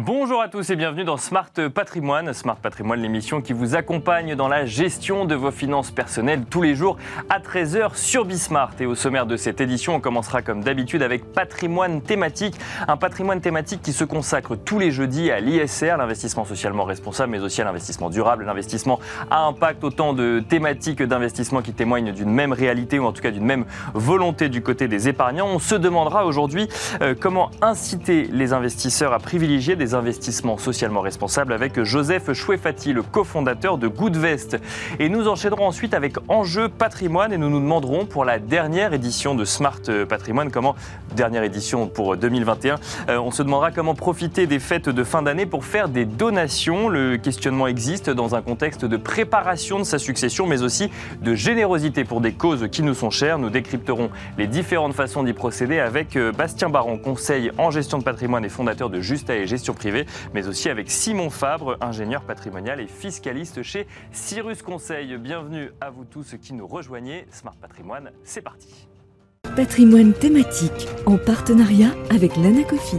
Bonjour à tous et bienvenue dans Smart Patrimoine. Smart Patrimoine, l'émission qui vous accompagne dans la gestion de vos finances personnelles tous les jours à 13h sur Bismart. Et au sommaire de cette édition, on commencera comme d'habitude avec patrimoine thématique. Un patrimoine thématique qui se consacre tous les jeudis à l'ISR, l'investissement socialement responsable, mais aussi à l'investissement durable, l'investissement à impact, autant de thématiques d'investissement qui témoignent d'une même réalité ou en tout cas d'une même volonté du côté des épargnants. On se demandera aujourd'hui comment inciter les investisseurs à privilégier des investissements socialement responsables avec Joseph Chouefati, le cofondateur de Goodvest. Et nous enchaînerons ensuite avec Enjeu Patrimoine et nous nous demanderons pour la dernière édition de Smart Patrimoine, dernière édition pour 2021, on se demandera comment profiter des fêtes de fin d'année pour faire des donations. Le questionnement existe dans un contexte de préparation de sa succession, mais aussi de générosité pour des causes qui nous sont chères. Nous décrypterons les différentes façons d'y procéder avec Bastien Baron, conseil en gestion de patrimoine et fondateur de Justa et Gestion Privée, mais aussi avec Simon Fabre, ingénieur patrimonial et fiscaliste chez Cyrus Conseil. Bienvenue à vous tous qui nous rejoignez. Smart Patrimoine, c'est parti. Patrimoine thématique en partenariat avec l'Anacofi.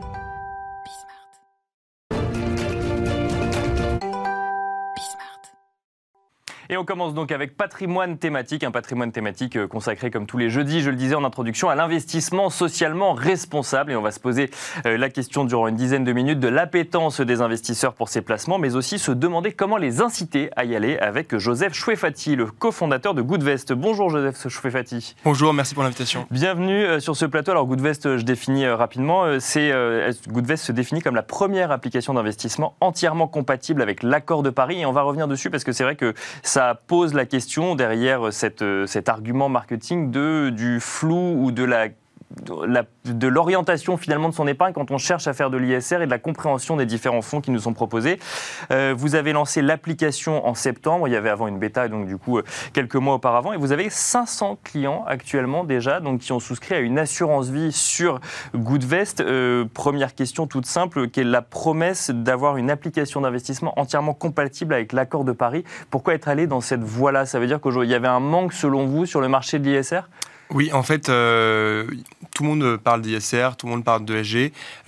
Et on commence donc avec patrimoine thématique, un patrimoine thématique consacré comme tous les jeudis, je le disais en introduction, à l'investissement socialement responsable. Et on va se poser la question durant une dizaine de minutes de l'appétence des investisseurs pour ces placements, mais aussi se demander comment les inciter à y aller avec Joseph Chouefati, le cofondateur de Goodvest. Bonjour Joseph Chouefati. Bonjour, merci pour l'invitation. Bienvenue sur ce plateau. Alors Goodvest, je définis rapidement, Goodvest se définit comme la première application d'investissement entièrement compatible avec l'accord de Paris. Et on va revenir dessus parce que c'est vrai que ça pose la question derrière cet argument marketing du flou ou de l'orientation finalement de son épargne quand on cherche à faire de l'ISR et de la compréhension des différents fonds qui nous sont proposés. Vous avez lancé l'application en septembre, il y avait avant une bêta donc du coup quelques mois auparavant et vous avez 500 clients actuellement déjà donc qui ont souscrit à une assurance vie sur Goodvest. Première question toute simple, quelle est la promesse d'avoir une application d'investissement entièrement compatible avec l'accord de Paris? Pourquoi être allé dans cette voie-là? Ça veut dire qu'il y avait un manque selon vous sur le marché de l'ISR? Oui, en fait, tout le monde parle d'ISR, tout le monde parle d'ESG,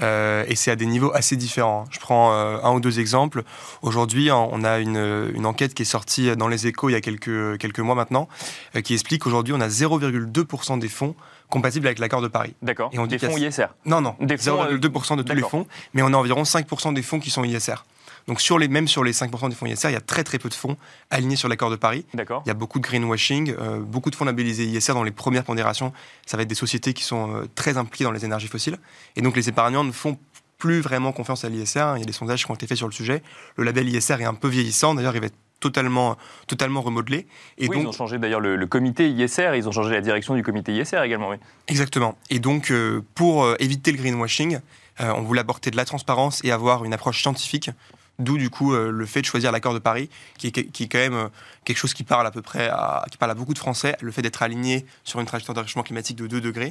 et c'est à des niveaux assez différents. Je prends un ou deux exemples. Aujourd'hui, on a une enquête qui est sortie dans les Échos il y a quelques mois maintenant, qui explique qu'aujourd'hui, on a 0,2% des fonds compatibles avec l'accord de Paris. D'accord. Et on dit des fonds ISR? Non, 0,2% de tous les fonds, mais on a environ 5% des fonds qui sont ISR. Donc même sur les 5% des fonds ISR, il y a très très peu de fonds alignés sur l'accord de Paris. D'accord. Il y a beaucoup de greenwashing, beaucoup de fonds labellisés ISR dans les premières pondérations. Ça va être des sociétés qui sont très impliquées dans les énergies fossiles. Et donc les épargnants ne font plus vraiment confiance à l'ISR. Il y a des sondages qui ont été faits sur le sujet. Le label ISR est un peu vieillissant. D'ailleurs, il va être totalement remodelé. Et oui, donc, ils ont changé d'ailleurs le comité ISR, ils ont changé la direction du comité ISR également. Oui. Exactement. Et donc, pour éviter le greenwashing, on voulait apporter de la transparence et avoir une approche scientifique. D'où du coup le fait de choisir l'accord de Paris, qui est quand même quelque chose qui parle à beaucoup de Français, le fait d'être aligné sur une trajectoire de réchauffement climatique de 2 degrés.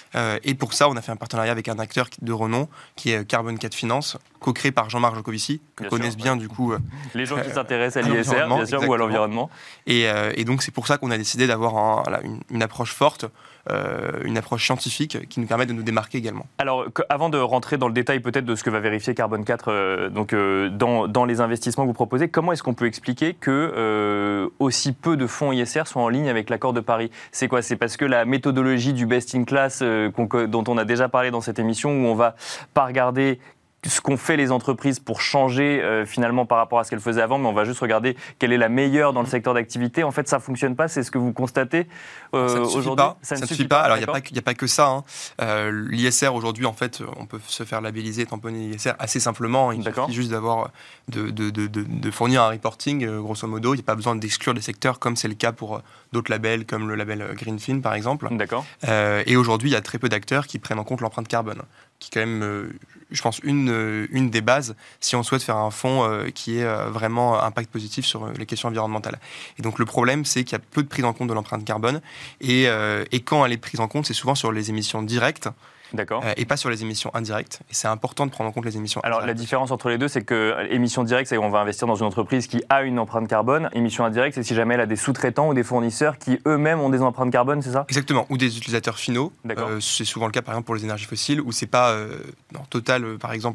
Et pour ça, on a fait un partenariat avec un acteur de renom, qui est Carbone 4 Finance, co-créé par Jean-Marc Jancovici, que connaissent bien du coup les gens qui s'intéressent à l'ISR, bien sûr, ou à l'environnement. Et donc c'est pour ça qu'on a décidé d'avoir une approche forte, une approche scientifique qui nous permet de nous démarquer également. Alors, avant de rentrer dans le détail peut-être de ce que va vérifier Carbone 4 dans les investissements que vous proposez, comment est-ce qu'on peut expliquer que aussi peu de fonds ISR sont en ligne avec l'accord de Paris? C'est quoi? C'est parce que la méthodologie du best in class dont on a déjà parlé dans cette émission, où on va pas regarder ce qu'ont fait les entreprises pour changer finalement par rapport à ce qu'elles faisaient avant, mais on va juste regarder quelle est la meilleure dans le secteur d'activité. En fait, ça ne fonctionne pas, c'est ce que vous constatez aujourd'hui? Ça ne suffit pas. Alors, il n'y a pas que ça. L'ISR, aujourd'hui, en fait, on peut se faire labelliser, tamponner l'ISR assez simplement. Il suffit juste de fournir un reporting, grosso modo. Il n'y a pas besoin d'exclure des secteurs, comme c'est le cas pour d'autres labels, comme le label Greenfin, par exemple. D'accord. Et aujourd'hui, il y a très peu d'acteurs qui prennent en compte l'empreinte carbone, qui est quand même, je pense, une des bases si on souhaite faire un fonds qui ait vraiment un impact positif sur les questions environnementales. Et donc le problème, c'est qu'il y a peu de prise en compte de l'empreinte carbone, et quand elle est prise en compte, c'est souvent sur les émissions directes. D'accord. Et pas sur les émissions indirectes. Et c'est important de prendre en compte les émissions indirectes. Alors, la différence entre les deux, c'est que émission directe, c'est qu'on va investir dans une entreprise qui a une empreinte carbone. Émission indirecte, c'est si jamais elle a des sous-traitants ou des fournisseurs qui eux-mêmes ont des empreintes carbone, c'est ça ? Exactement. Ou des utilisateurs finaux. C'est souvent le cas, par exemple, pour les énergies fossiles, où c'est pas dans Total, par exemple,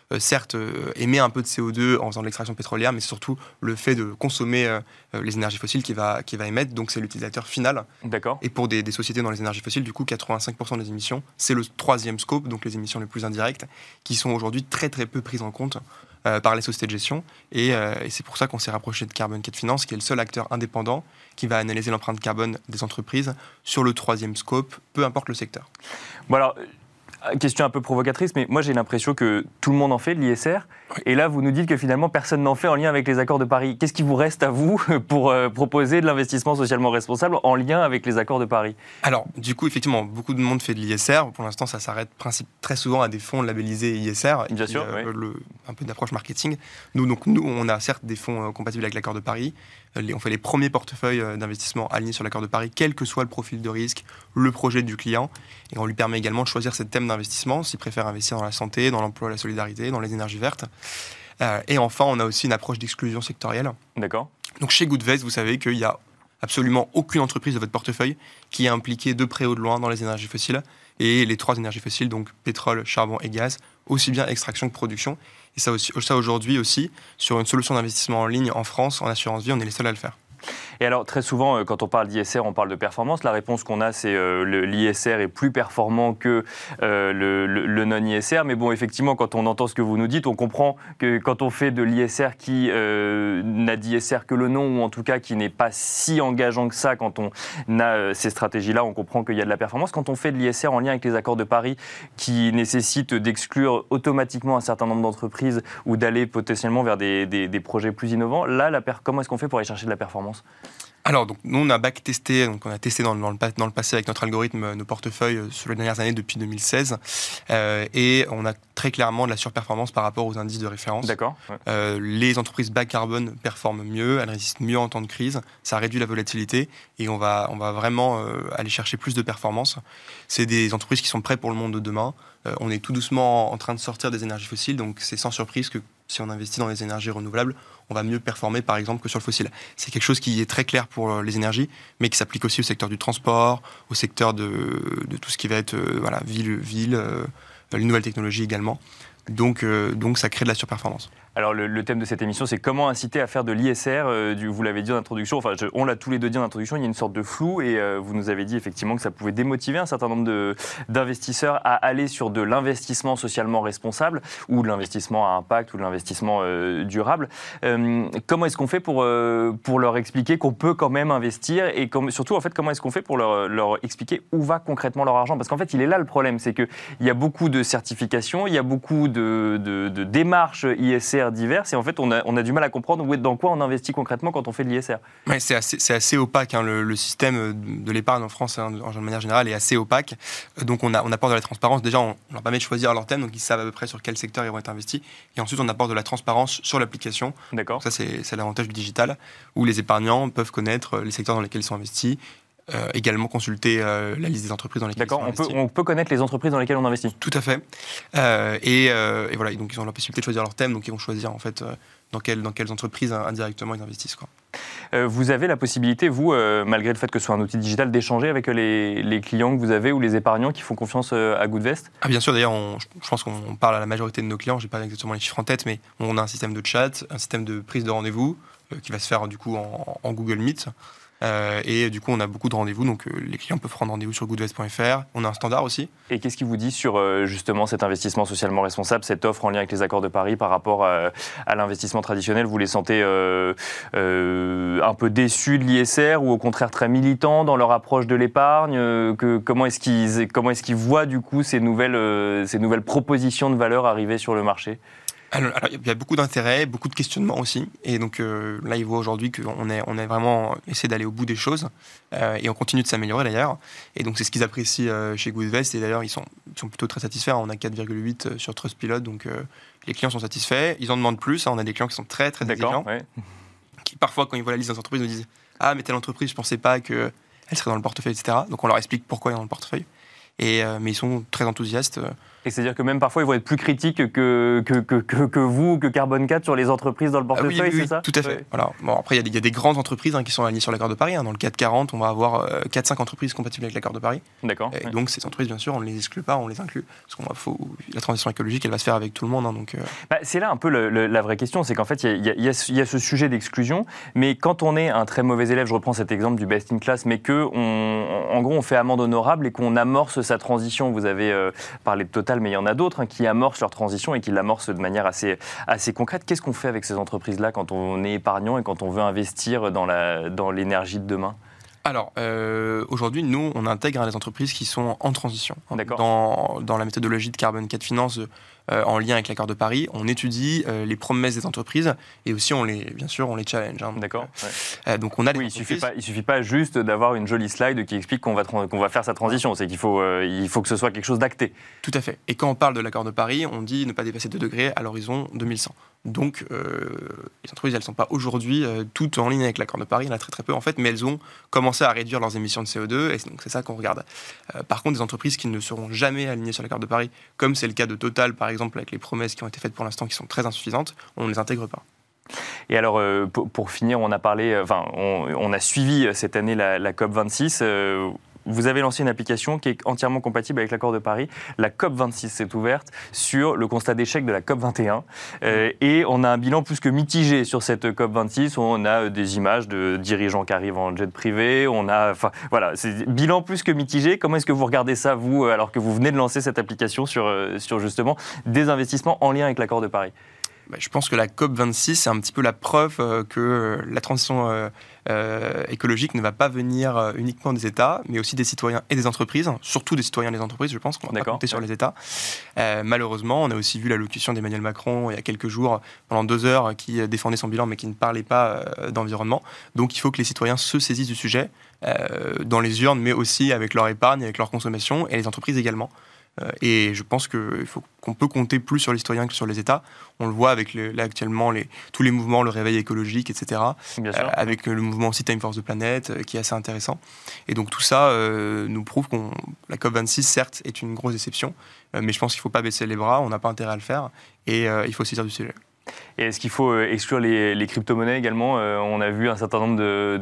certes, émet un peu de CO2 en faisant de l'extraction pétrolière, mais c'est surtout le fait de consommer les énergies fossiles qui va émettre. Donc, c'est l'utilisateur final. D'accord. Et pour des sociétés dans les énergies fossiles, du coup, 85% des émissions, c'est le troisième scope, donc les émissions les plus indirectes, qui sont aujourd'hui très, très peu prises en compte par les sociétés de gestion. Et c'est pour ça qu'on s'est rapproché de Carbon 4 Finance, qui est le seul acteur indépendant qui va analyser l'empreinte carbone des entreprises sur le troisième scope, peu importe le secteur. Bon alors, question un peu provocatrice, mais moi j'ai l'impression que tout le monde en fait de l'ISR. Oui. Et là, vous nous dites que finalement personne n'en fait en lien avec les accords de Paris. Qu'est-ce qui vous reste à vous pour proposer de l'investissement socialement responsable en lien avec les accords de Paris ? Alors, du coup, effectivement, beaucoup de monde fait de l'ISR. Pour l'instant, ça s'arrête très souvent à des fonds labellisés ISR. Bien sûr, oui. Un peu d'approche marketing. Nous, on a certes des fonds compatibles avec l'accord de Paris. On fait les premiers portefeuilles d'investissement alignés sur l'accord de Paris, quel que soit le profil de risque, le projet du client. Et on lui permet également de choisir ses thèmes d'investissement, s'il préfère investir dans la santé, dans l'emploi, la solidarité, dans les énergies vertes. Et enfin, on a aussi une approche d'exclusion sectorielle. D'accord. Donc chez Goodvest, vous savez qu'il n'y a absolument aucune entreprise de votre portefeuille qui est impliquée de près ou de loin dans les énergies fossiles. Et les trois énergies fossiles, donc pétrole, charbon et gaz, aussi bien extraction que production. Et ça aujourd'hui aussi, sur une solution d'investissement en ligne en France, en assurance vie, on est les seuls à le faire. Et alors, très souvent, quand on parle d'ISR, on parle de performance. La réponse qu'on a, c'est l'ISR est plus performant que le non-ISR. Mais bon, effectivement, quand on entend ce que vous nous dites, on comprend que quand on fait de l'ISR qui n'a d'ISR que le nom, ou en tout cas qui n'est pas si engageant que ça, quand on a ces stratégies-là, on comprend qu'il y a de la performance. Quand on fait de l'ISR en lien avec les accords de Paris, qui nécessitent d'exclure automatiquement un certain nombre d'entreprises ou d'aller potentiellement vers des projets plus innovants, là, comment est-ce qu'on fait pour aller chercher de la performance ? Alors, donc, nous, on a backtesté, donc on a testé dans le passé avec notre algorithme nos portefeuilles sur les dernières années depuis 2016. Et on a très clairement de la surperformance par rapport aux indices de référence. D'accord. Ouais. Les entreprises bas carbone performent mieux, elles résistent mieux en temps de crise, ça réduit la volatilité et on va vraiment aller chercher plus de performance. C'est des entreprises qui sont prêtes pour le monde de demain. On est tout doucement en train de sortir des énergies fossiles, donc c'est sans surprise que si on investit dans les énergies renouvelables, on va mieux performer par exemple que sur le fossile. C'est quelque chose qui est très clair pour les énergies, mais qui s'applique aussi au secteur du transport, au secteur de tout ce qui va être ville, les nouvelles technologies également. Donc ça crée de la surperformance. Alors le thème de cette émission, c'est comment inciter à faire de l'ISR. Vous l'avez dit en introduction, on l'a tous les deux dit en introduction, il y a une sorte de flou et vous nous avez dit effectivement que ça pouvait démotiver un certain nombre d'investisseurs à aller sur de l'investissement socialement responsable ou de l'investissement à impact ou de l'investissement durable. Comment est-ce qu'on fait pour leur expliquer qu'on peut quand même investir et surtout en fait comment est-ce qu'on fait pour leur expliquer où va concrètement leur argent ? Parce qu'en fait il est là le problème, c'est qu'il y a beaucoup de certifications, il y a beaucoup de démarches ISR diverses et en fait on a du mal à comprendre dans quoi on investit concrètement quand on fait de l'ISR. Ouais, c'est assez opaque, hein, le système de l'épargne en France hein, en manière générale est assez opaque, donc on apporte de la transparence. Déjà on leur permet de choisir leur thème, donc ils savent à peu près sur quel secteur ils vont être investis, et ensuite on apporte de la transparence sur l'application. D'accord. Donc ça c'est l'avantage du digital, où les épargnants peuvent connaître les secteurs dans lesquels ils sont investis. Également consulter la liste des entreprises dans lesquelles ils sont investis. On peut connaître les entreprises dans lesquelles on investit. Tout à fait. Et voilà, donc ils ont la possibilité de choisir leur thème, donc ils vont choisir en fait dans quelles entreprises indirectement ils investissent, quoi. Vous avez la possibilité, vous, malgré le fait que ce soit un outil digital, d'échanger avec les clients que vous avez ou les épargnants qui font confiance à Goodvest ? Ah, bien sûr, d'ailleurs, je pense qu'on parle à la majorité de nos clients, je n'ai pas exactement les chiffres en tête, mais on a un système de chat, un système de prise de rendez-vous qui va se faire du coup en Google Meet. Et du coup, on a beaucoup de rendez-vous, donc les clients peuvent prendre rendez-vous sur goodvest.fr. On a un standard aussi. Et qu'est-ce qu'il vous dit sur justement cet investissement socialement responsable, cette offre en lien avec les accords de Paris par rapport à l'investissement traditionnel ? Vous les sentez un peu déçus de l'ISR ou au contraire très militants dans leur approche de l'épargne ? Comment est-ce qu'ils voient du coup ces nouvelles propositions de valeur arriver sur le marché ? Alors, il y a beaucoup d'intérêt, beaucoup de questionnements aussi. Et donc là, ils voient aujourd'hui qu'on a vraiment essayé d'aller au bout des choses. Et on continue de s'améliorer d'ailleurs. Et donc c'est ce qu'ils apprécient chez Goodvest. Et d'ailleurs, ils sont plutôt très satisfaits. On a 4,8 sur Trustpilot. Donc les clients sont satisfaits. Ils en demandent plus. On a des clients qui sont très très exigeants. Ouais. Qui parfois, quand ils voient la liste des entreprises, nous disent « Ah, mais telle entreprise, je ne pensais pas qu'elle serait dans le portefeuille, etc. » Donc on leur explique pourquoi elle est dans le portefeuille. Mais ils sont très enthousiastes. Et c'est-à-dire que même parfois, ils vont être plus critiques que vous, que Carbone 4 sur les entreprises dans le portefeuille, oui, c'est ça? Tout à fait. Voilà. Bon, après, il y a des grandes entreprises qui sont alignées sur l'accord de Paris. Dans le CAC 40, on va avoir 4-5 entreprises compatibles avec l'accord de Paris. D'accord. Et donc, ces entreprises, bien sûr, on ne les exclut pas, on les inclut. Parce que la transition écologique, elle va se faire avec tout le monde. C'est là un peu la vraie question, c'est qu'en fait, il y a ce sujet d'exclusion, mais quand on est un très mauvais élève, je reprends cet exemple du best in class, mais en gros, on fait amende honorable et qu'on amorce sa transition. Vous avez parlé de Total, mais il y en a d'autres qui amorcent leur transition et qui l'amorcent de manière assez concrète. Qu'est-ce qu'on fait avec ces entreprises-là quand on est épargnant et quand on veut investir dans l'énergie de demain? Alors, aujourd'hui, nous, on intègre les entreprises qui sont en transition. D'accord. Dans la méthodologie de Carbone 4 Finance, en lien avec l'accord de Paris, on étudie les promesses des entreprises et aussi, bien sûr, on les challenge. D'accord. Donc, on a il suffit pas juste d'avoir une jolie slide qui explique qu'on va faire sa transition. C'est qu'il faut que ce soit quelque chose d'acté. Tout à fait. Et quand on parle de l'accord de Paris, on dit ne pas dépasser 2 degrés à l'horizon 2100. Donc, les entreprises, elles ne sont pas aujourd'hui toutes en ligne avec l'accord de Paris, il y en a très très peu en fait, mais elles ont commencé à réduire leurs émissions de CO2, et donc c'est ça qu'on regarde. Par contre, des entreprises qui ne seront jamais alignées sur l'accord de Paris, comme c'est le cas de Total par exemple, avec les promesses qui ont été faites pour l'instant qui sont très insuffisantes, on ne les intègre pas. Et alors, pour finir, on a suivi cette année la COP26. Vous avez lancé une application qui est entièrement compatible avec l'accord de Paris. La COP26 s'est ouverte sur le constat d'échec de la COP21. Et on a un bilan plus que mitigé sur cette COP26. On a des images de dirigeants qui arrivent en jet privé. C'est bilan plus que mitigé. Comment est-ce que vous regardez ça, vous, alors que vous venez de lancer cette application sur justement des investissements en lien avec l'accord de Paris? Je pense que la COP26, c'est un petit peu la preuve que la transition écologique ne va pas venir uniquement des États, mais aussi des citoyens et des entreprises, surtout des citoyens et des entreprises, je pense qu'on va pas compter sur les États. Malheureusement, on a aussi vu l'allocution d'Emmanuel Macron il y a quelques jours, pendant 2 heures, qui défendait son bilan, mais qui ne parlait pas d'environnement. Donc il faut que les citoyens se saisissent du sujet, dans les urnes, mais aussi avec leur épargne, avec leur consommation, et les entreprises également. Et je pense qu'on peut compter plus sur les citoyens que sur les États. On le voit avec là, actuellement tous les mouvements, le réveil écologique, etc. Avec le mouvement aussi Time for the Planet, qui est assez intéressant. Et donc tout ça nous prouve que la COP26, certes, est une grosse déception, mais je pense qu'il ne faut pas baisser les bras, on n'a pas intérêt à le faire, et il faut saisir du sujet. Et est-ce qu'il faut exclure les crypto-monnaies également? On a vu un certain nombre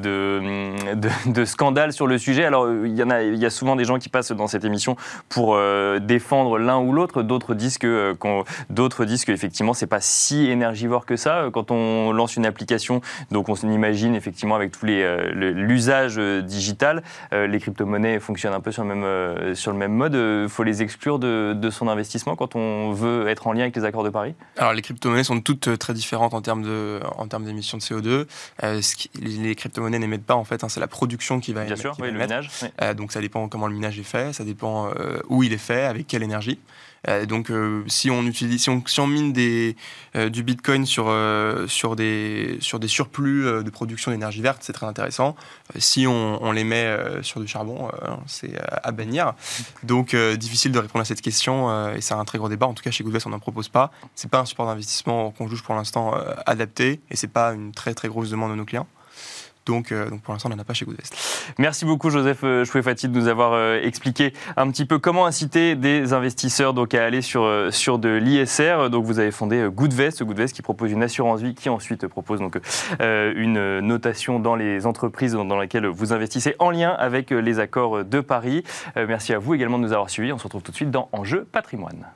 de scandales sur le sujet. Alors, il y a souvent des gens qui passent dans cette émission pour défendre l'un ou l'autre. D'autres disent qu'effectivement, c'est pas si énergivore que ça. Quand on lance une application, donc on s'imagine effectivement avec tous l'usage digital, les crypto-monnaies fonctionnent un peu sur le même mode. Il faut les exclure de son investissement quand on veut être en lien avec les accords de Paris? Alors, les crypto-monnaies sont toutes très différentes en termes d'émissions de CO2. Les crypto-monnaies n'émettent pas, en fait, c'est la production qui va émettre. Bien sûr, le minage. Oui. Donc ça dépend comment le minage est fait, ça dépend où il est fait, avec quelle énergie. Donc si on mine du Bitcoin sur des surplus de production d'énergie verte, c'est très intéressant. Si on les met sur du charbon, c'est à bannir. Donc difficile de répondre à cette question et c'est un très gros débat. En tout cas, chez Goodvest, on n'en propose pas. C'est pas un support d'investissement qu'on juge pour l'instant adapté et c'est pas une très très grosse demande de nos clients. Donc pour l'instant, on n'en a pas chez Goodvest. Merci beaucoup, Joseph Chouet-Fati, de nous avoir expliqué un petit peu comment inciter des investisseurs à aller sur de l'ISR. Donc, vous avez fondé Goodvest qui propose une assurance vie, qui ensuite propose une notation dans les entreprises dans lesquelles vous investissez en lien avec les accords de Paris. Merci à vous également de nous avoir suivis. On se retrouve tout de suite dans Enjeu Patrimoine.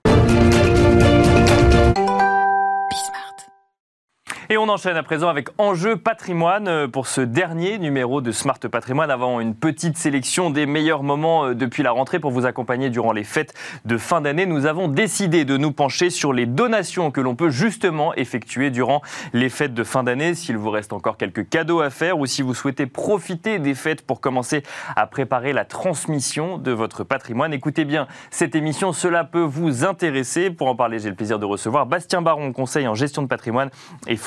Et on enchaîne à présent avec Enjeu Patrimoine pour ce dernier numéro de Smart Patrimoine, avant une petite sélection des meilleurs moments depuis la rentrée pour vous accompagner durant les fêtes de fin d'année. Nous avons décidé de nous pencher sur les donations que l'on peut justement effectuer durant les fêtes de fin d'année. S'il vous reste encore quelques cadeaux à faire ou si vous souhaitez profiter des fêtes pour commencer à préparer la transmission de votre patrimoine, écoutez bien cette émission, cela peut vous intéresser. Pour en parler, j'ai le plaisir de recevoir Bastien Baron, conseiller en gestion de patrimoine et fondateur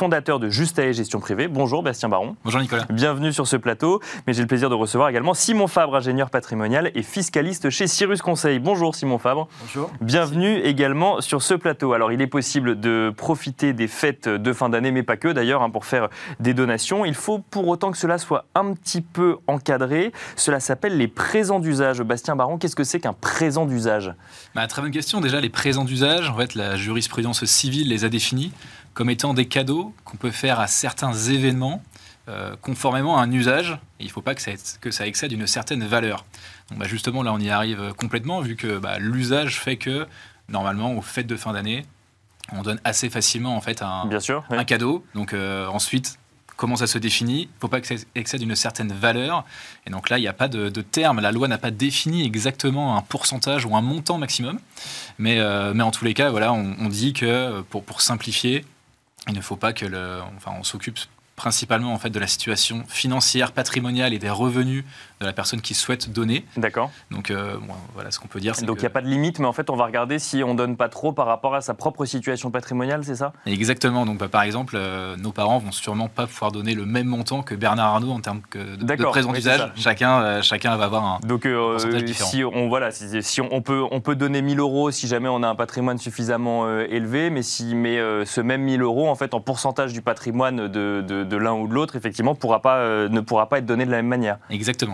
fondateur de Justae Gestion Privée. Bonjour Bastien Baron. Bonjour Nicolas. Bienvenue sur ce plateau. Mais j'ai le plaisir de recevoir également Simon Fabre, ingénieur patrimonial et fiscaliste chez Cyrus Conseil. Bonjour Simon Fabre. Bonjour. Bienvenue également sur ce plateau. Alors il est possible de profiter des fêtes de fin d'année, mais pas que d'ailleurs, pour faire des donations. Il faut pour autant que cela soit un petit peu encadré. Cela s'appelle les présents d'usage. Bastien Baron, qu'est-ce que c'est qu'un présent d'usage ? Très bonne question. Déjà, les présents d'usage, en fait, la jurisprudence civile les a définis comme étant des cadeaux qu'on peut faire à certains événements conformément à un usage. Et il ne faut pas que ça excède une certaine valeur. Donc, justement, là, on y arrive complètement, vu que l'usage fait que, normalement, aux fêtes de fin d'année, on donne assez facilement en fait, un cadeau. Donc, ensuite, comment ça se définit ? Il ne faut pas que ça excède une certaine valeur. Et donc là, il n'y a pas de terme. La loi n'a pas défini exactement un pourcentage ou un montant maximum. Mais en tous les cas, voilà, on dit que, pour simplifier, il ne faut pas que on s'occupe principalement en fait, de la situation financière, patrimoniale et des revenus de la personne qui souhaite donner. D'accord. Donc voilà ce qu'on peut dire. Donc il n'y a pas de limite, mais en fait on va regarder si on ne donne pas trop par rapport à sa propre situation patrimoniale, c'est ça ? Exactement. Donc par exemple, nos parents vont sûrement pas pouvoir donner le même montant que Bernard Arnault en termes de présent d'usage. Chacun va avoir un pourcentage différent. Si on peut donner 1 000 euros si jamais on a un patrimoine suffisamment élevé, mais ce même 1 000 euros en fait en pourcentage du patrimoine de l'un ou de l'autre, effectivement, ne pourra pas être donné de la même manière. Exactement.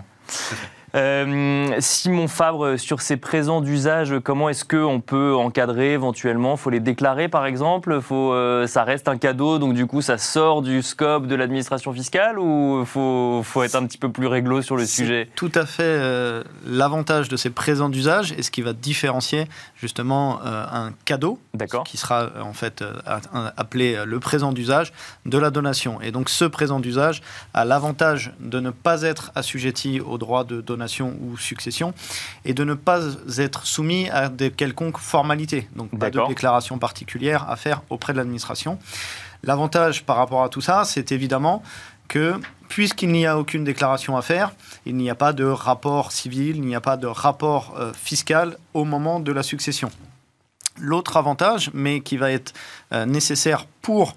Simon Fabre, sur ces présents d'usage, comment est-ce qu'on peut encadrer éventuellement ? Il faut les déclarer par exemple ? Ça reste un cadeau, donc du coup ça sort du scope de l'administration fiscale, ou il faut être un petit peu plus réglo sur le sujet ? Tout à fait l'avantage de ces présents d'usage et ce qui va différencier justement un cadeau, qui sera en fait appelé le présent d'usage, de la donation. Et donc ce présent d'usage a l'avantage de ne pas être assujetti aux droits de donation ou succession, et de ne pas être soumis à des quelconques formalités. Donc pas de déclaration particulière à faire auprès de l'administration. L'avantage par rapport à tout ça, c'est évidemment que, puisqu'il n'y a aucune déclaration à faire, il n'y a pas de rapport civil, il n'y a pas de rapport fiscal au moment de la succession. L'autre avantage, mais qui va être nécessaire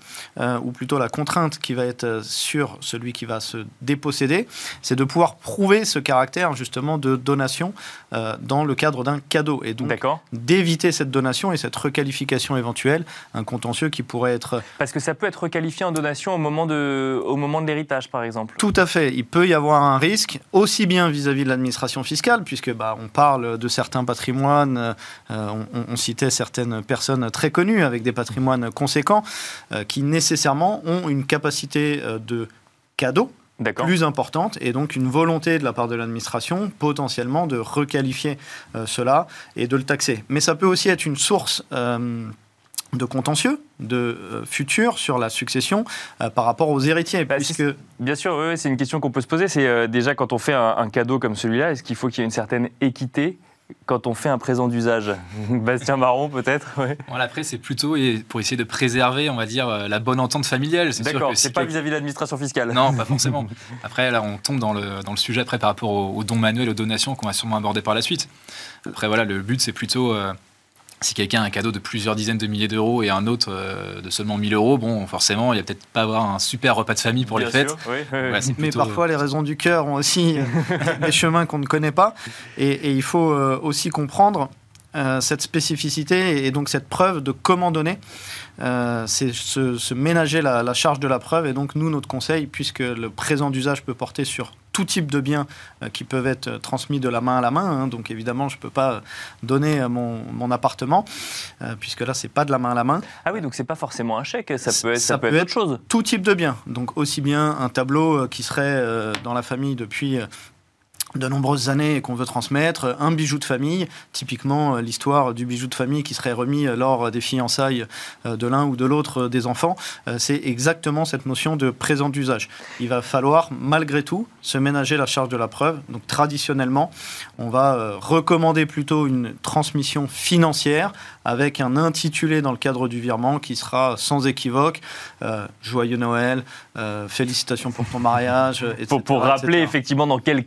ou plutôt la contrainte qui va être sur celui qui va se déposséder, c'est de pouvoir prouver ce caractère justement de donation dans le cadre d'un cadeau. Et donc d'éviter cette donation et cette requalification éventuelle, un contentieux qui pourrait être... Parce que ça peut être requalifié en donation au moment de l'héritage, par exemple. Tout à fait. Il peut y avoir un risque, aussi bien vis-à-vis de l'administration fiscale, puisque on parle de certains patrimoines, on citait certaines personnes très connues avec des patrimoines conséquents, qui nécessairement ont une capacité de cadeau plus importante, et donc une volonté de la part de l'administration potentiellement de requalifier cela et de le taxer. Mais ça peut aussi être une source de contentieux, de futur sur la succession par rapport aux héritiers. Bien sûr, oui, c'est une question qu'on peut se poser. C'est déjà quand on fait un cadeau comme celui-là, est-ce qu'il faut qu'il y ait une certaine équité quand on fait un présent d'usage? Bastien Baron, peut-être. Voilà, après, c'est plutôt pour essayer de préserver, on va dire, la bonne entente familiale. D'accord, c'est pas vis-à-vis de l'administration fiscale. Non, pas forcément. Après, là, on tombe dans le sujet après par rapport aux dons manuels, aux donations qu'on va sûrement aborder par la suite. Après, voilà, le but, c'est plutôt... si quelqu'un a un cadeau de plusieurs dizaines de milliers d'euros et un autre de seulement 1 000 euros, bon, forcément, il n'y a peut-être pas avoir un super repas de famille pour les fêtes. Voilà, mais parfois, les raisons du cœur ont aussi des chemins qu'on ne connaît pas. Et il faut aussi comprendre cette spécificité et donc cette preuve de comment donner. C'est se ménager la charge de la preuve. Et donc, nous, notre conseil, puisque le présent d'usage peut porter sur tout type de biens qui peuvent être transmis de la main à la main. Donc évidemment, je ne peux pas donner mon appartement, puisque là, ce n'est pas de la main à la main. Ah oui, donc ce n'est pas forcément un chèque, ça peut être autre chose. Tout type de biens. Donc aussi bien un tableau qui serait dans la famille depuis... de nombreuses années et qu'on veut transmettre, un bijou de famille, typiquement l'histoire du bijou de famille qui serait remis lors des fiançailles de l'un ou de l'autre des enfants, c'est exactement cette notion de présent d'usage. Il va falloir malgré tout se ménager la charge de la preuve. Donc traditionnellement, on va recommander plutôt une transmission financière avec un intitulé dans le cadre du virement qui sera sans équivoque, joyeux Noël, félicitations pour ton mariage, etc. Pour rappeler effectivement dans quel cas on a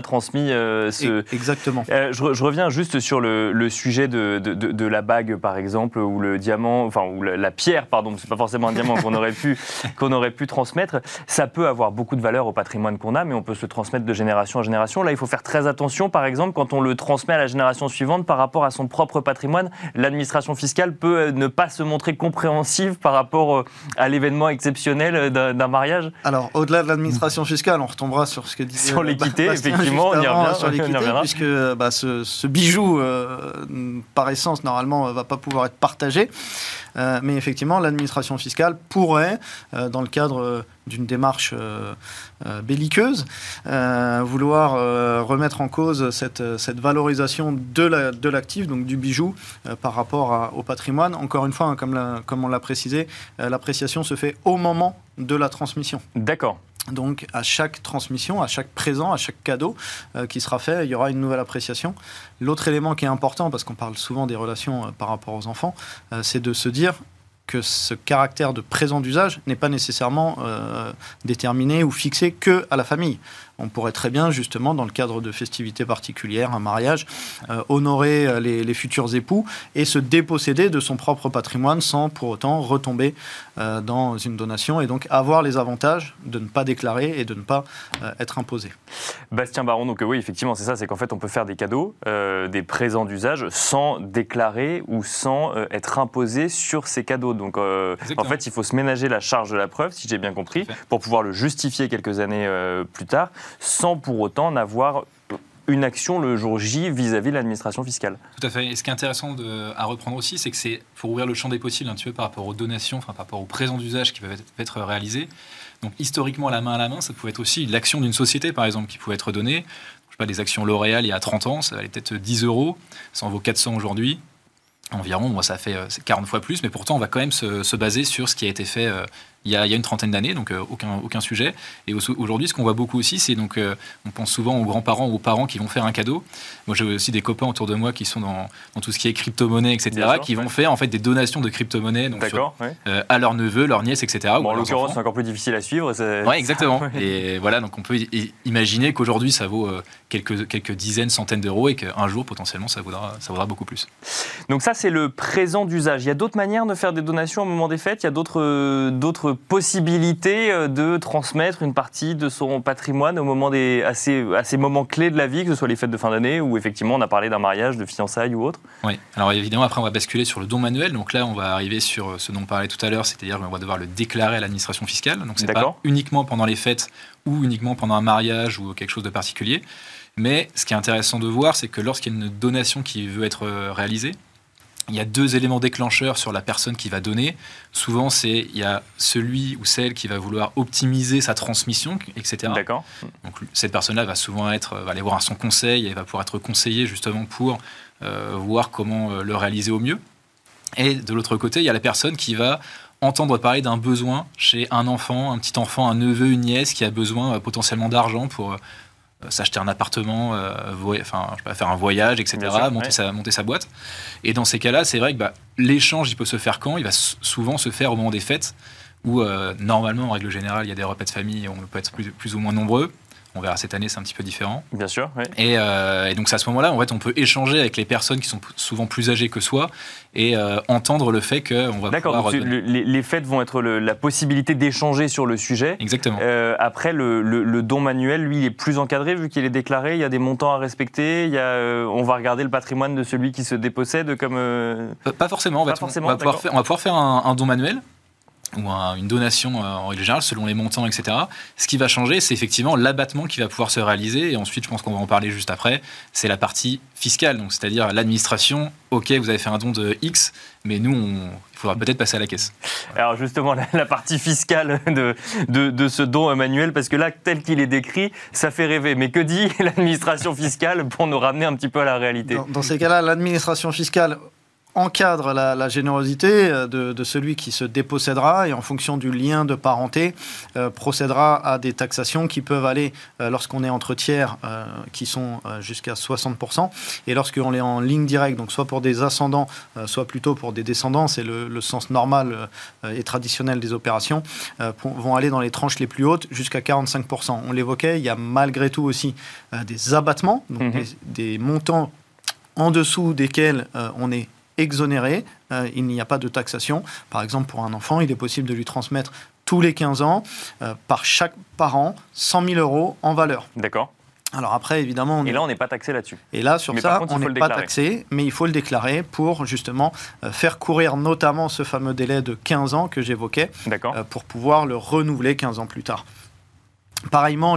transmis Exactement. Je reviens juste sur le sujet de la bague, par exemple, ou le diamant, enfin, ou la pierre, pardon, c'est pas forcément un diamant qu'on aurait pu transmettre. Ça peut avoir beaucoup de valeur au patrimoine qu'on a, mais on peut se le transmettre de génération en génération. Là, il faut faire très attention, par exemple, quand on le transmet à la génération suivante par rapport à son propre patrimoine. L'administration fiscale peut ne pas se montrer compréhensive par rapport à l'événement exceptionnel d'un mariage. Alors, au-delà de l'administration fiscale, on retombera sur ce que disait sur l'équité, effectivement, on y revient. Sur l'équité, puisque ce bijou, par essence, normalement, ne va pas pouvoir être partagé. Mais effectivement, l'administration fiscale pourrait, dans le cadre d'une démarche belliqueuse, vouloir remettre en cause cette valorisation de l'actif, donc du bijou, par rapport au patrimoine. Encore une fois, hein, comme on l'a précisé, l'appréciation se fait au moment de la transmission. D'accord. Donc, à chaque transmission, à chaque présent, à chaque cadeau qui sera fait, il y aura une nouvelle appréciation. L'autre élément qui est important, parce qu'on parle souvent des relations par rapport aux enfants, c'est de se dire que ce caractère de présent d'usage n'est pas nécessairement déterminé ou fixé que à la famille. On pourrait très bien, justement, dans le cadre de festivités particulières, un mariage, honorer les futurs époux et se déposséder de son propre patrimoine sans pour autant retomber dans une donation et donc avoir les avantages de ne pas déclarer et de ne pas être imposé. Bastien Baron, donc oui, effectivement, c'est ça, c'est qu'en fait, on peut faire des cadeaux, des présents d'usage sans déclarer ou sans être imposé sur ces cadeaux. Donc, en fait, il faut se ménager la charge de la preuve, si j'ai bien compris, pour pouvoir le justifier quelques années plus tard, sans pour autant n'avoir une action le jour J vis-à-vis de l'administration fiscale. Tout à fait. Et ce qui est intéressant à reprendre aussi, c'est que faut ouvrir le champ des possibles un petit peu par rapport aux donations, par rapport aux présents d'usage qui peuvent être réalisés. Donc historiquement, la main, ça pouvait être aussi l'action d'une société, par exemple, qui pouvait être donnée. Je sais pas, les actions L'Oréal, il y a 30 ans, ça valait peut-être 10 €, ça en vaut 400 aujourd'hui. Environ, moi, ça fait 40 fois plus, mais pourtant, on va quand même se baser sur ce qui a été fait il y a une trentaine d'années, donc aucun sujet. Et aujourd'hui, ce qu'on voit beaucoup aussi, c'est donc, on pense souvent aux grands-parents ou aux parents qui vont faire un cadeau. Moi, j'ai aussi des copains autour de moi qui sont dans tout ce qui est crypto-monnaie, etc., qui vont faire en fait des donations de crypto-monnaie à leurs neveux, leurs nièces, etc. Bon, en l'occurrence, c'est encore plus difficile à suivre. Oui, exactement. Et voilà, donc on peut imaginer qu'aujourd'hui, ça vaut quelques dizaines, centaines d'euros et qu'un jour, potentiellement, ça vaudra beaucoup plus. Donc ça, c'est le présent d'usage. Il y a d'autres manières de faire des donations au moment des fêtes. Il y a d'autres possibilités de transmettre une partie de son patrimoine au moment à ces moments clés de la vie, que ce soit les fêtes de fin d'année ou effectivement on a parlé d'un mariage, de fiançailles ou autre. Oui, alors évidemment après on va basculer sur le don manuel, donc là on va arriver sur ce dont on parlait tout à l'heure, c'est-à-dire qu'on va devoir le déclarer à l'administration fiscale, donc c'est pas uniquement pendant les fêtes ou uniquement pendant un mariage ou quelque chose de particulier, mais ce qui est intéressant de voir, c'est que lorsqu'il y a une donation qui veut être réalisée, il y a 2 éléments déclencheurs sur la personne qui va donner. Souvent, il y a celui ou celle qui va vouloir optimiser sa transmission, etc. D'accord. Donc, cette personne-là va souvent va aller voir son conseil et va pouvoir être conseillée justement pour voir comment le réaliser au mieux. Et de l'autre côté, il y a la personne qui va entendre parler d'un besoin chez un enfant, un petit enfant, un neveu, une nièce qui a besoin potentiellement d'argent pour s'acheter un appartement, faire un voyage, etc., monter sa boîte. Et dans ces cas-là, c'est vrai que l'échange, il peut se faire quand ? Il va souvent se faire au moment des fêtes, où normalement, en règle générale, il y a des repas de famille, on peut être plus ou moins nombreux. On verra cette année, c'est un petit peu différent. Bien sûr, oui. Et donc, c'est à ce moment-là, en fait, on peut échanger avec les personnes qui sont souvent plus âgées que soi et entendre le fait qu'on va pouvoir... Les fêtes vont être la possibilité d'échanger sur le sujet. Exactement. Après, le don manuel, lui, il est plus encadré vu qu'il est déclaré. Il y a des montants à respecter. On va regarder le patrimoine de celui qui se dépossède comme... Pas forcément. On va pouvoir faire un don manuel ou une donation en règle générale, selon les montants, etc. Ce qui va changer, c'est effectivement l'abattement qui va pouvoir se réaliser. Et ensuite, je pense qu'on va en parler juste après, c'est la partie fiscale. Donc, c'est-à-dire l'administration, OK, vous avez fait un don de X, mais nous, il faudra peut-être passer à la caisse. Alors justement, la partie fiscale de ce don manuel, parce que là, tel qu'il est décrit, ça fait rêver. Mais que dit l'administration fiscale pour nous ramener un petit peu à la réalité ? Dans ces cas-là, l'administration fiscale encadre la générosité de celui qui se dépossédera et en fonction du lien de parenté procédera à des taxations qui peuvent aller lorsqu'on est entre tiers qui sont jusqu'à 60% et lorsqu'on est en ligne directe, donc soit pour des ascendants, soit plutôt pour des descendants, c'est le sens normal et traditionnel des opérations, vont aller dans les tranches les plus hautes jusqu'à 45%. On l'évoquait, il y a malgré tout aussi des abattements, donc des montants en dessous desquels on est exonéré, il n'y a pas de taxation. Par exemple, pour un enfant, il est possible de lui transmettre tous les 15 ans, par chaque parent, 100 000 euros en valeur. D'accord. Alors après, évidemment... Et là, on n'est pas taxé là-dessus. Et là, sur ça, on n'est pas taxé, mais il faut le déclarer pour justement faire courir notamment ce fameux délai de 15 ans que j'évoquais, pour pouvoir le renouveler 15 ans plus tard. Pareillement,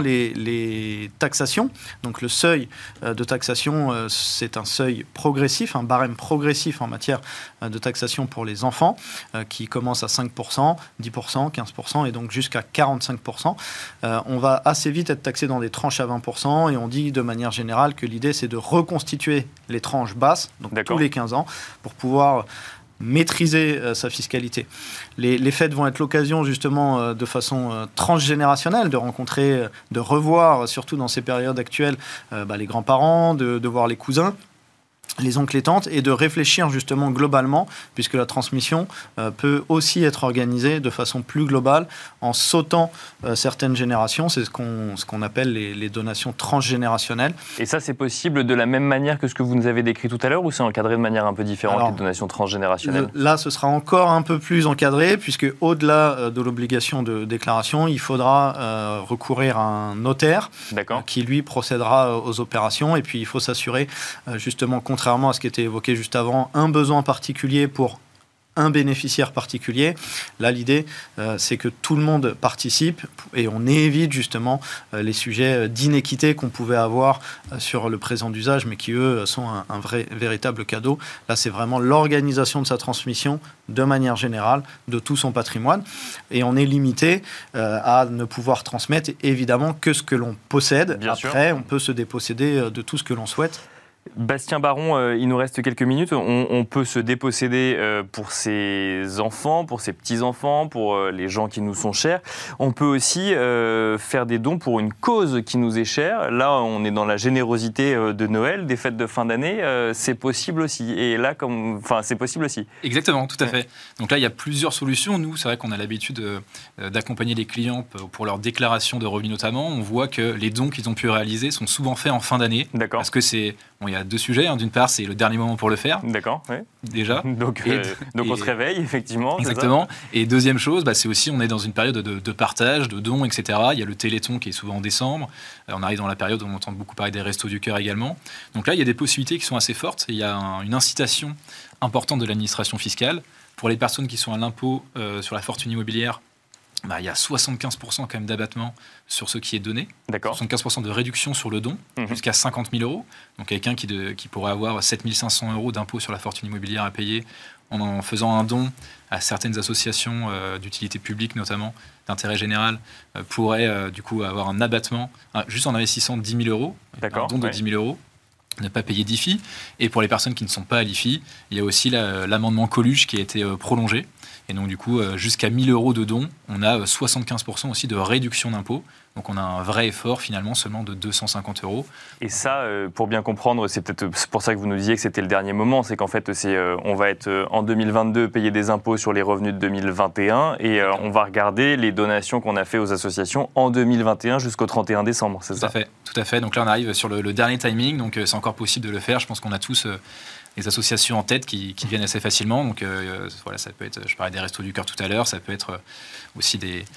les taxations, donc le seuil de taxation, c'est un seuil progressif, un barème progressif en matière de taxation pour les enfants, qui commence à 5%, 10%, 15% et donc jusqu'à 45%. On va assez vite être taxé dans des tranches à 20% et on dit de manière générale que l'idée c'est de reconstituer les tranches basses, donc tous les 15 ans, pour pouvoir maîtriser sa fiscalité. Les fêtes vont être l'occasion justement de façon transgénérationnelle de rencontrer, de revoir, surtout dans ces périodes actuelles, les grands-parents, de voir les cousins, les oncles et tantes, et de réfléchir justement globalement, puisque la transmission peut aussi être organisée de façon plus globale en sautant certaines générations. C'est ce qu'on appelle les donations transgénérationnelles. Et ça, c'est possible de la même manière que ce que vous nous avez décrit tout à l'heure, ou c'est encadré de manière un peu différente? Alors, les donations transgénérationnelles? Là, ce sera encore un peu plus encadré, puisque au-delà de l'obligation de déclaration, il faudra recourir à un notaire qui, lui, procédera aux opérations. Et puis, il faut s'assurer justement, contrairement à ce qui était évoqué juste avant, un besoin particulier pour un bénéficiaire particulier. Là, l'idée, c'est que tout le monde participe et on évite justement les sujets d'inéquité qu'on pouvait avoir sur le présent d'usage, mais qui, eux, sont un véritable cadeau. Là, c'est vraiment l'organisation de sa transmission de manière générale de tout son patrimoine. Et on est limité à ne pouvoir transmettre, évidemment, que ce que l'on possède. Bien Après, sûr. On peut se déposséder de tout ce que l'on souhaite. Bastien Baron, il nous reste quelques minutes. On peut se déposséder pour ses enfants, pour ses petits-enfants, pour les gens qui nous sont chers. On peut aussi faire des dons pour une cause qui nous est chère. Là, on est dans la générosité de Noël, des fêtes de fin d'année. C'est possible aussi. Et là, c'est possible aussi. Exactement, tout à fait. Donc là, il y a plusieurs solutions. Nous, c'est vrai qu'on a l'habitude d'accompagner les clients pour leur déclaration de revenus notamment. On voit que les dons qu'ils ont pu réaliser sont souvent faits en fin d'année. D'accord. Parce que c'est... Bon, il y a deux sujets. D'une part, c'est le dernier moment pour le faire. D'accord, oui. Déjà. Donc on se réveille, effectivement. Exactement. Et deuxième chose, c'est aussi, on est dans une période de partage, de dons, etc. Il y a le Téléthon qui est souvent en décembre. On arrive dans la période où on entend beaucoup parler des Restos du Cœur également. Donc là, il y a des possibilités qui sont assez fortes. Il y a une incitation importante de l'administration fiscale. Pour les personnes qui sont à l'impôt sur la fortune immobilière, il y a 75% quand même d'abattement sur ce qui est donné. D'accord. 75% de réduction sur le don, jusqu'à 50 000 euros. Donc quelqu'un qui pourrait avoir 7 500 euros d'impôt sur la fortune immobilière à payer en faisant un don à certaines associations d'utilité publique, notamment d'intérêt général, pourrait du coup avoir un abattement juste en investissant 10 000 euros, un don de 10 000 euros. Ne pas payer d'IFI. Et pour les personnes qui ne sont pas à l'IFI, il y a aussi l'amendement Coluche qui a été prolongé. Et donc, du coup, jusqu'à 1 000 euros de dons, on a 75% aussi de réduction d'impôts. Donc, on a un vrai effort, finalement, seulement de 250 euros. Et ça, pour bien comprendre, c'est peut-être pour ça que vous nous disiez que c'était le dernier moment. C'est qu'en fait, on va être en 2022 payer des impôts sur les revenus de 2021 et on va regarder les donations qu'on a fait aux associations en 2021 jusqu'au 31 décembre, c'est ça? Tout à fait. Donc là, on arrive sur le dernier timing. Donc, c'est encore possible de le faire. Je pense qu'on a tous... les associations en tête qui viennent assez facilement. Donc voilà, ça peut être, je parlais des Restos du Cœur tout à l'heure, ça peut être aussi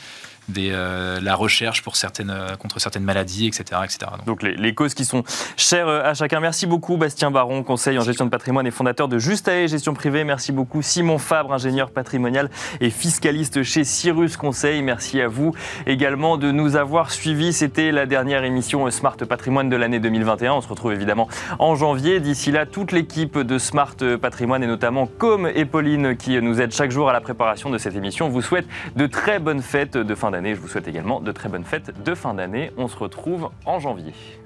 la recherche contre certaines maladies, etc. Donc les causes qui sont chères à chacun. Merci beaucoup Bastien Baron, conseiller en gestion de patrimoine et fondateur de Justae Gestion Privée. Merci beaucoup Simon Fabre, ingénieur patrimonial et fiscaliste chez Cyrus Conseil. Merci à vous également de nous avoir suivis. C'était la dernière émission Smart Patrimoine de l'année 2021. On se retrouve évidemment en janvier. D'ici là, toute l'équipe de Smart Patrimoine et notamment Com et Pauline qui nous aident chaque jour à la préparation de cette émission vous souhaite de très bonnes fêtes de fin d'année. Je vous souhaite également de très bonnes fêtes de fin d'année. On se retrouve en janvier.